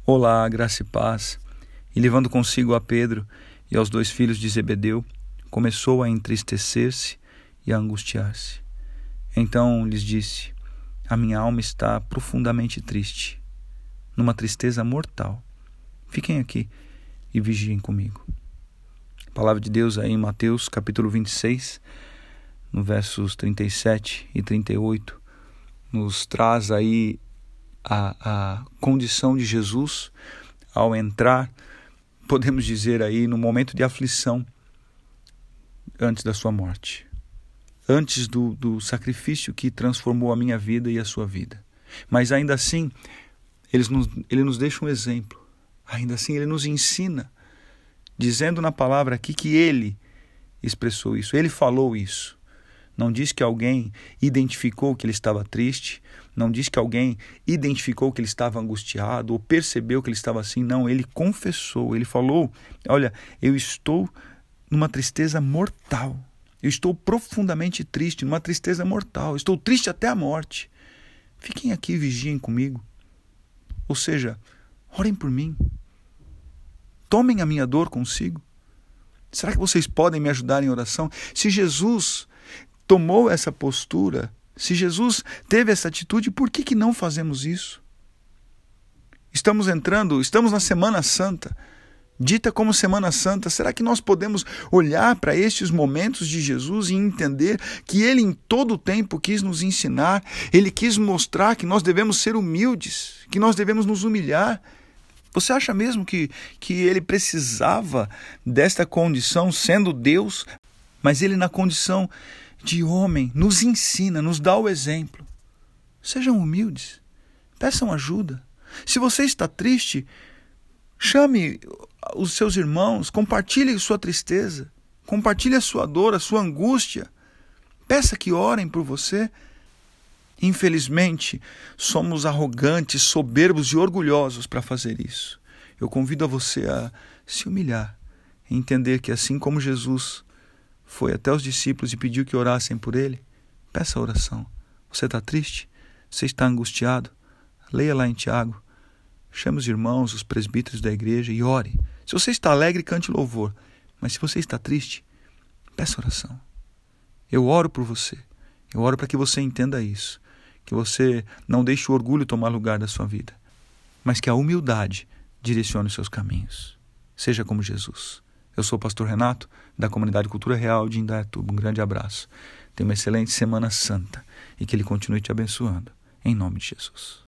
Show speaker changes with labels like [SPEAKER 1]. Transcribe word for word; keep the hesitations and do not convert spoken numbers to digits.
[SPEAKER 1] Olá, graça e paz. E levando consigo a Pedro e aos dois filhos de Zebedeu, começou a entristecer-se e a angustiar-se. Então lhes disse: a minha alma está profundamente triste, numa tristeza mortal. Fiquem aqui e vigiem comigo. A palavra de Deus aí em Mateus capítulo vinte e seis, no versos trinta e sete e trinta e oito, nos traz aí a, a condição de Jesus ao entrar, podemos dizer aí, no momento de aflição antes da sua morte, antes do, do sacrifício que transformou a minha vida e a sua vida. Mas ainda assim, ele nos, ele nos deixa um exemplo, ainda assim ele nos ensina, dizendo na palavra aqui que ele expressou isso, ele falou isso. Não diz que alguém identificou que ele estava triste, não diz que alguém identificou que ele estava angustiado ou percebeu que ele estava assim. Não, ele confessou, ele falou: olha, eu estou numa tristeza mortal, eu estou profundamente triste, numa tristeza mortal, estou triste até a morte. Fiquem aqui e vigiem comigo. Ou seja, orem por mim, tomem a minha dor consigo. Será que vocês podem me ajudar em oração? Se Jesus tomou essa postura, se Jesus teve essa atitude, por que que não fazemos isso? Estamos entrando, estamos na Semana Santa, dita como Semana Santa. Será que nós podemos olhar para estes momentos de Jesus e entender que Ele em todo o tempo quis nos ensinar, Ele quis mostrar que nós devemos ser humildes, que nós devemos nos humilhar? Você acha mesmo que, que Ele precisava desta condição, sendo Deus, mas Ele na condição de homem nos ensina, nos dá o exemplo? Sejam humildes, peçam ajuda. Se você está triste, chame os seus irmãos, compartilhe sua tristeza, compartilhe a sua dor, a sua angústia. Peça que orem por você. Infelizmente, somos arrogantes, soberbos e orgulhosos para fazer isso. Eu convido a você a se humilhar, a entender que assim como Jesus foi até os discípulos e pediu que orassem por ele, peça a oração. Você está triste? Você está angustiado? Leia lá em Tiago. Chame os irmãos, os presbíteros da igreja e ore. Se você está alegre, cante louvor. Mas se você está triste, peça oração. Eu oro por você. Eu oro para que você entenda isso. Que você não deixe o orgulho tomar lugar da sua vida, mas que a humildade direcione os seus caminhos. Seja como Jesus. Eu sou o pastor Renato, da Comunidade Cultura Real de Indaiatuba. Um grande abraço. Tenha uma excelente Semana Santa e que Ele continue te abençoando. Em nome de Jesus.